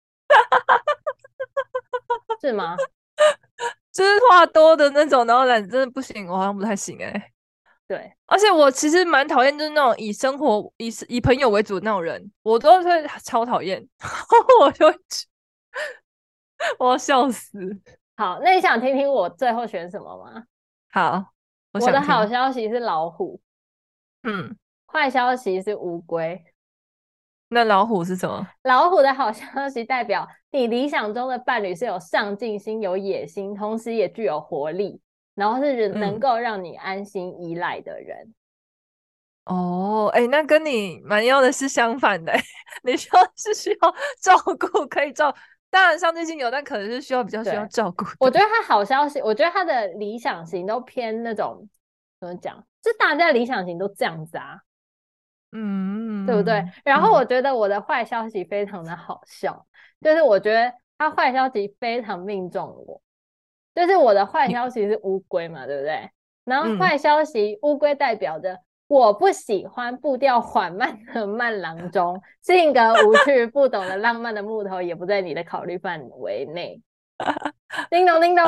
是吗？ 就是话多的那种，然后懒真的不行，我好像不太行对， 而且我其实蛮讨厌，就是那种以生活以朋友为主的那种人，我都是超讨厌，我就会我要笑死。 好，那你想听听我最后选什么吗？ 好，我我的好想听。 消息是老虎， 嗯， 坏消息是乌龟。 那老虎是什么？ 老虎的好消息代表你理想中的伴侣是有上进心、有野心，同时也具有活力，然后是人能嗯， 够让你安心依赖的人。 哦，哎，那跟你蛮要的是相反的欸，你需要照顾，可以照，当然上进心有，但可能是比较需要对， 照顾的。 我觉得他好消息，我觉得他的理想型都偏那种怎么讲，就大家理想型都这样子啊，对不对？然后我嗯觉得我的坏消息非常的好笑，就是我觉得他坏消息非常命中我，就是我的坏你消息是乌龟嘛，对不对？然后嗯， 坏消息乌龟代表着我不喜欢步调缓慢的慢郎中，性格无趣、不懂得浪漫的木头也不在你的考虑范围内。叮咚叮咚，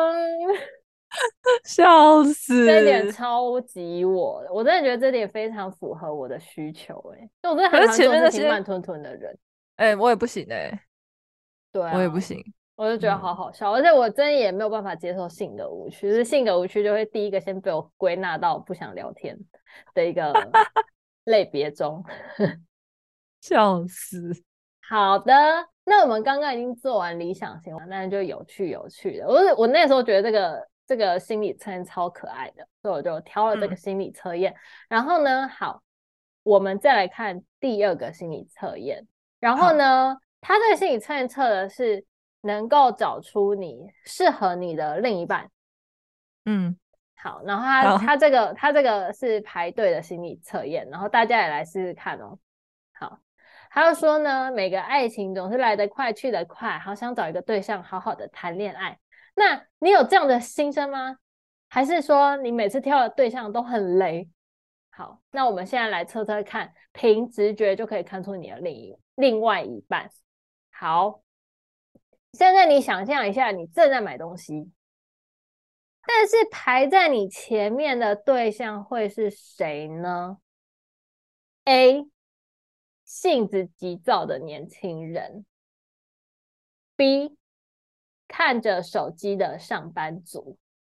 笑这一点死。 超级我的，我真的觉得这点非常符合我的需求、欸。因为我真的很可是讨厌做事前面那些， 情慢吞吞的人。 哎，我也不行对啊， 我也不行。 我就觉得好嗯， 好笑，而且我真的也没有办法接受性格无趣，就是性格无趣就会第一个先被我归纳到不想聊天的一个类别中。 笑死。 好的，那我们刚刚已经做完理想型了，那就有趣有趣的。我那时候觉得这个心理测验超可爱的，所以我就挑了这个嗯， 心理测验。然后呢，好，我们再来看第二个心理测验。然后好， 呢，它这个心理测验测的是能够找出你适合你的另一半。 嗯， 好，然后它好， 它这个它这个是排队的心理测验，然后大家也来试试看哦。好，他就说呢，每个爱情总是来得快去得快，好想找一个对象好好的谈恋爱。那你有这样的心声吗？还是说你每次挑的对象都很雷？好，那我们现在来测测看，凭直觉就可以看出你的另外一半。好，现在你想象一下，你正在买东西，但是排在你前面的对象会是谁呢？A. 性子急躁的年轻人；B. 看着手机的上班族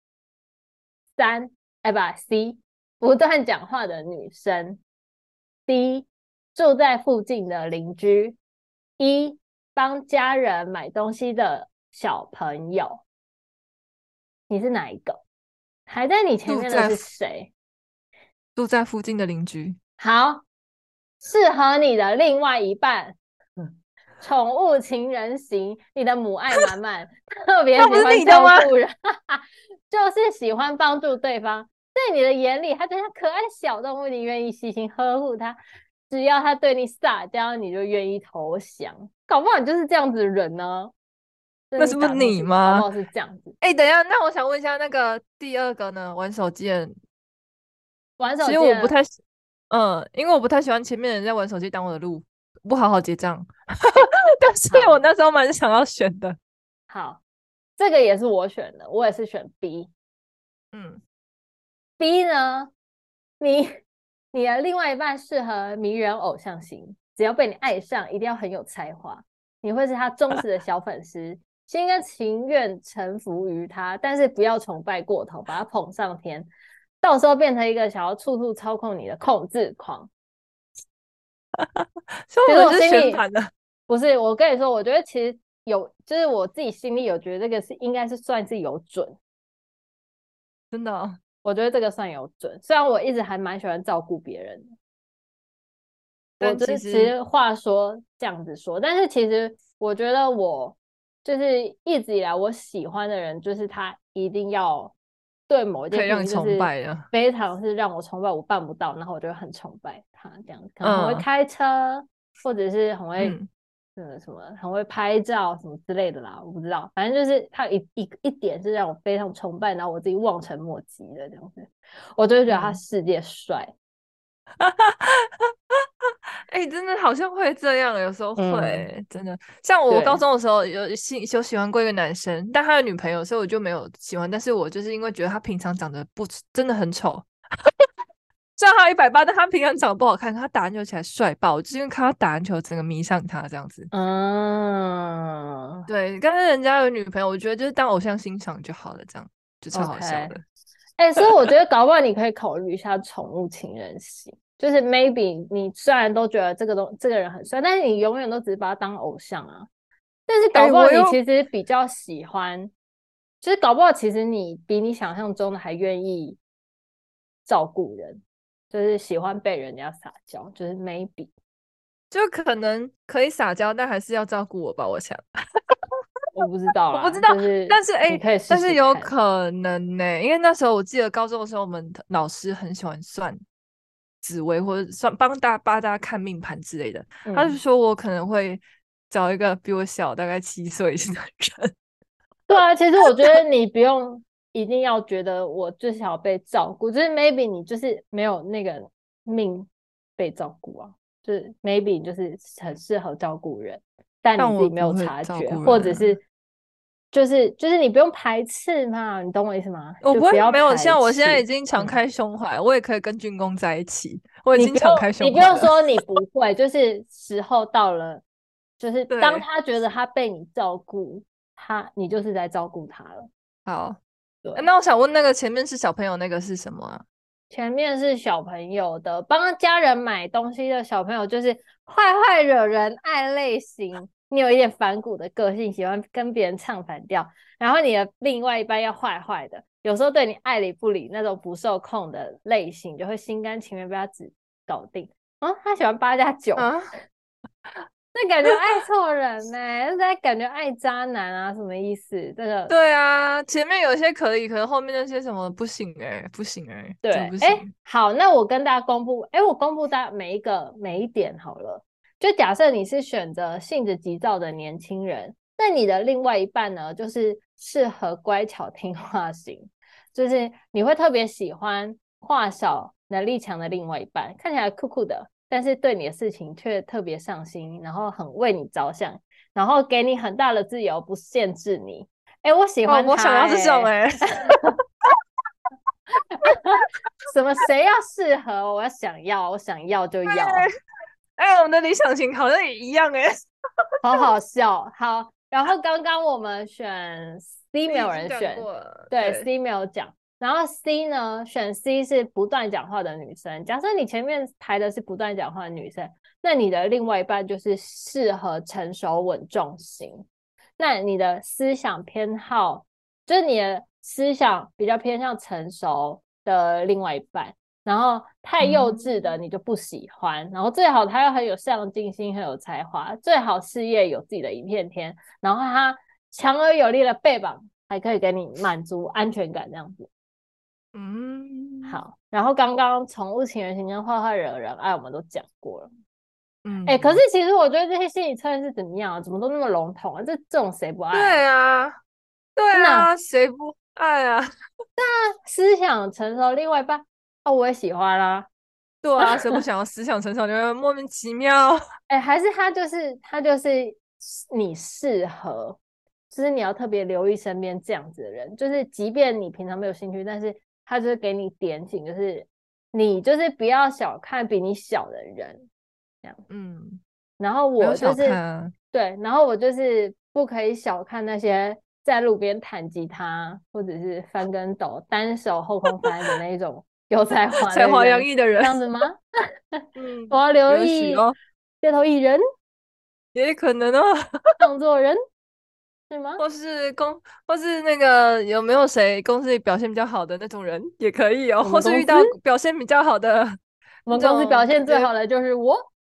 ；C. 不断讲话的女生；D. 住在附近的邻居；E. 帮家人买东西的小朋友。你是哪一个？排在你前面的是住在附谁？ 住在附近的邻居。 好， 适合你的另外一半，宠物情人型，你的母爱满满，特别喜欢照顾人，就是喜欢帮助对方。在你的眼里，他就像可爱的小动物，你愿意细心呵护他。只要他对你撒娇，你就愿意投降。搞不好你就是这样子的人呢。 那是不是你吗？ 搞不好是这样子。 等一下，那我想问一下，那个第二个呢？玩手机的，其实玩手机我不太喜，因为我不太喜欢前面的人在玩手机挡我的路，不好好结账。但是我那时候蛮想要选的。 好，这个也是我选的，我也是选 B。B 呢，你的另外一半适合迷人偶像型，只要被你爱上，一定要很有才华，你会是他忠实的小粉丝，心甘情愿臣服于他，但是不要崇拜过头，把他捧上天，到时候变成一个想要处处操控你的控制狂。 所以我是选反的。 不是，我跟你说，我觉得其实就是我自己心里有觉得这个应该是算是有准， 真的哦。 我觉得这个算有准，虽然我一直还蛮喜欢照顾别人的。我就是其实话说这样子说，但是其实我觉得我就是一直以来我喜欢的人，就是他一定要对某一件事情就是非常是让我崇拜，我办不到，然后我就很崇拜他这样子，可能很会开车，或者是很会什么很会拍照什么之类的啦，我不知道，反正就是他一点是让我非常崇拜，然后我自己望尘莫及的这样子，我就会觉得他世界帅。 真的好像会这样，有时候会，真的。像我高中的时候有喜欢过一个男生，但他的女朋友，所以我就没有喜欢。但是我就是因为觉得他平常长得真的很丑，虽然他180，但他平常长得不好看，他打篮球起来帅爆，就是因为看他打篮球，整个迷上他这样子。对，但是人家有女朋友，我觉得就是当偶像欣赏就好了，这样就超好笑的。 所以我觉得搞不好你可以考虑一下宠物情人型。就是 maybe 你虽然都觉得这个人很帅，但是你永远都只是把他当偶像啊。但是搞不好你其实比较喜欢，就是搞不好其实你比你想象中的还愿意照顾人，就是喜欢被人家撒娇，就是 maybe 就可能可以撒娇，但还是要照顾我吧，我想。 我不知道啦， 我不知道，但是你可以试试但是有可能呢，因为那时候我记得高中的时候，我们老师很喜欢算紫微或者帮大家看命盘之类的，他就说我可能会找一个比我小大概7岁的人。 对啊，其实我觉得你不用一定要觉得我最想要被照顾，就是 maybe 你就是没有那个命被照顾啊，就是 maybe 你就是很适合照顾人，但你自己没有察觉，或者是就是你不用排斥嘛，你懂我意思吗？ 我不会没有，像我现在已经经敞开胸怀，我也可以跟军工在一起，我已经敞开胸怀了。 你不用说你不会，就是时候到了，就是当他觉得他被你照顾。你就是在照顾他了。 好，那我想问，那个前面是小朋友那个是什么啊？ 前面是小朋友的，帮家人买东西的小朋友，就是坏惹人爱类型。你有一点反骨的个性，喜欢跟别人唱反调，然后你的另外一半要坏的，有时候对你爱理不理，那种不受控的类型，就会心甘情愿被他搞定。他喜欢8+9。那感觉爱错人呢，那感觉爱渣男啊，什么意思？这个对啊，前面有些可以，可是后面那些什么不行不行对，好，那我跟大家公布，我公布大家每一点好了。就假设你是选择性子急躁的年轻人，那你的另外一半呢，就是适合乖巧听话型，就是你会特别喜欢话少、能力强的另外一半，看起来酷酷的。但是对你的事情却特别上心，然后很为你着想，然后给你很大的自由，不限制你。我喜欢他。 我想要这种什么谁要适合我想要就要。 我们的理想型好像也一样好好笑。好，然后刚刚我们选 C 没有人选，对 C 没有讲。然后 C 呢，选 C 是不断讲话的女生。假设你前面排的是不断讲话的女生，那你的另外一半就是适合成熟稳重型。那你的思想偏好，就是你的思想比较偏向成熟的另外一半， 然后太幼稚的你就不喜欢，然后最好他又很有上进心，很有才华，最好事业有自己的一片天，然后他强而有力的背膀，还可以给你满足安全感这样子。好，然后刚刚宠物情人型跟坏坏惹人爱我们都讲过了。可是其实我觉得这些心理测验是怎么样啊？怎么都那么笼统啊？这种谁不爱？ 对啊，对啊，谁不爱啊？ 思想成熟，另外一半我也喜欢啦。 对啊，谁不想要思想成熟？你会莫名其妙。 还是他就是你适合，就是你要特别留意身边这样子的人，就是即便你平常没有兴趣，但是他就是给你点醒，就是你就是不要小看比你小的人，这样。然后我就是对，然后我就是不可以小看那些在路边弹吉他或者是翻跟斗、单手后空翻的那一种有才华、 才华洋溢的人， 这样子吗？我要留意街头艺人， 也可能哦， 创作人是吗？ 或是那个有没有谁公司里表现比较好的那种人也可以哦，或是遇到表现比较好的， 我们公司表现最好的就是我，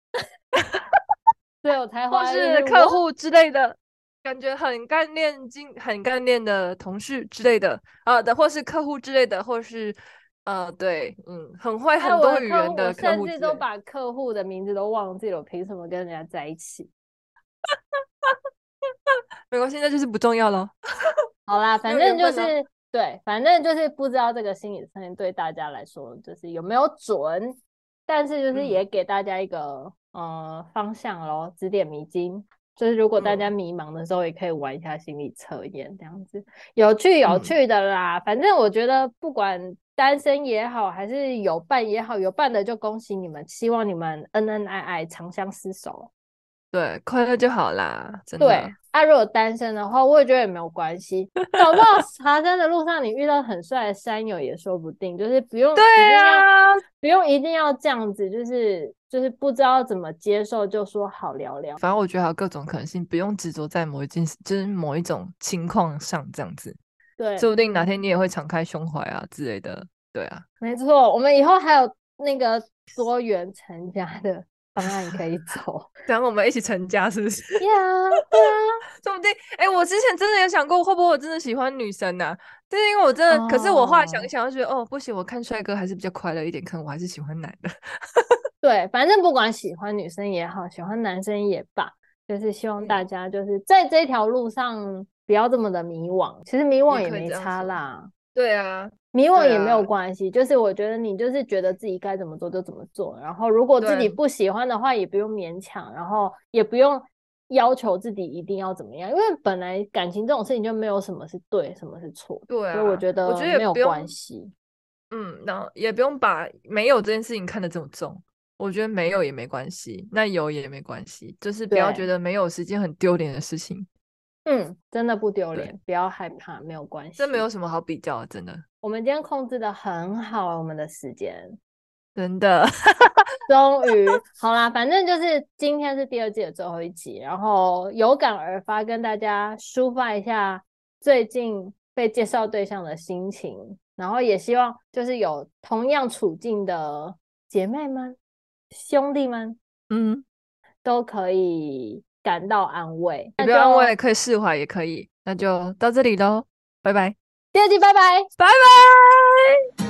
最有才华或是客户之类的，感觉很干练的同事之类的或是客户之类的，或是对，很会很多语言的客户， 我甚至都把客户的名字都忘记了，我凭什么跟人家在一起？ 没关系，那就是不重要咯。 好啦，反正就是对，反正就是不知道这个心理测验对大家来说就是有没有准，但是就是也给大家一个方向咯，指点迷津。就是如果大家迷茫的时候，也可以玩一下心理测验，这样子有趣的啦。反正我觉得不管单身也好，还是有伴也好，有伴的就恭喜你们，希望你们恩恩爱爱，长相厮守。 对，快乐就好啦，真的。 对如果单身的话，我也觉得也没有关系。搞不好爬山的路上你遇到很帅的山友也说不定，就是不用一定要这样子，就是不知道怎么接受就说好聊聊。 反正我觉得还有各种可能性，不用执着在某一件事，就是某一种情况上这样子。 对， 说不定哪天你也会敞开胸怀啊之类的。对啊， 没错，我们以后还有那个多元成家的方案可以走。 等我们一起成家是不是？ 对啊， 说不定我之前真的有想过会不会我真的喜欢女生啊，但是因为我真的可是我后来想一想就觉得不行，我看帅哥还是比较快乐一点，可能我还是喜欢男的。 对，反正不管喜欢女生也好，喜欢男生也罢，就是希望大家就是在这条路上不要这么的迷惘，其实迷惘也没差啦。 对啊， 迷惘也没有关系，就是我觉得你就是觉得自己该怎么做就怎么做，然后如果自己不喜欢的话也不用勉强，然后也不用要求自己一定要怎么样，因为本来感情这种事情就没有什么是对什么是错， 对啊， 所以我觉得没有关系。 然后也不用把没有这件事情看得这么重，我觉得没有也没关系，那有也没关系，就是不要觉得没有是件很丢脸的事情。 真的不丢脸，不要害怕，没有关系， 这没有什么好比较的，真的。 我们今天控制的很好，我们的时间真的终于好啦，反正就是今天是第2季的最后一集，然后有感而发跟大家抒发一下最近被介绍对象的心情，然后也希望就是有同样处境的姐妹们兄弟们都可以感到安慰， 不要安慰可以释怀也可以，那就到这里咯，拜拜。 第2季拜拜拜拜。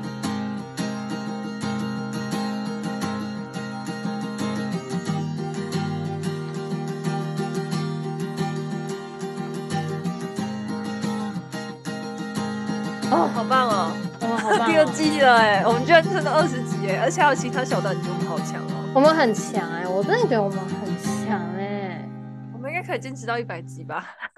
好棒哦， 好棒第2季了我们居然撑到20集而且还有其他小短剧，我们好强哦， 我们很强我真的觉得我们很强我们应该可以坚持到100集吧。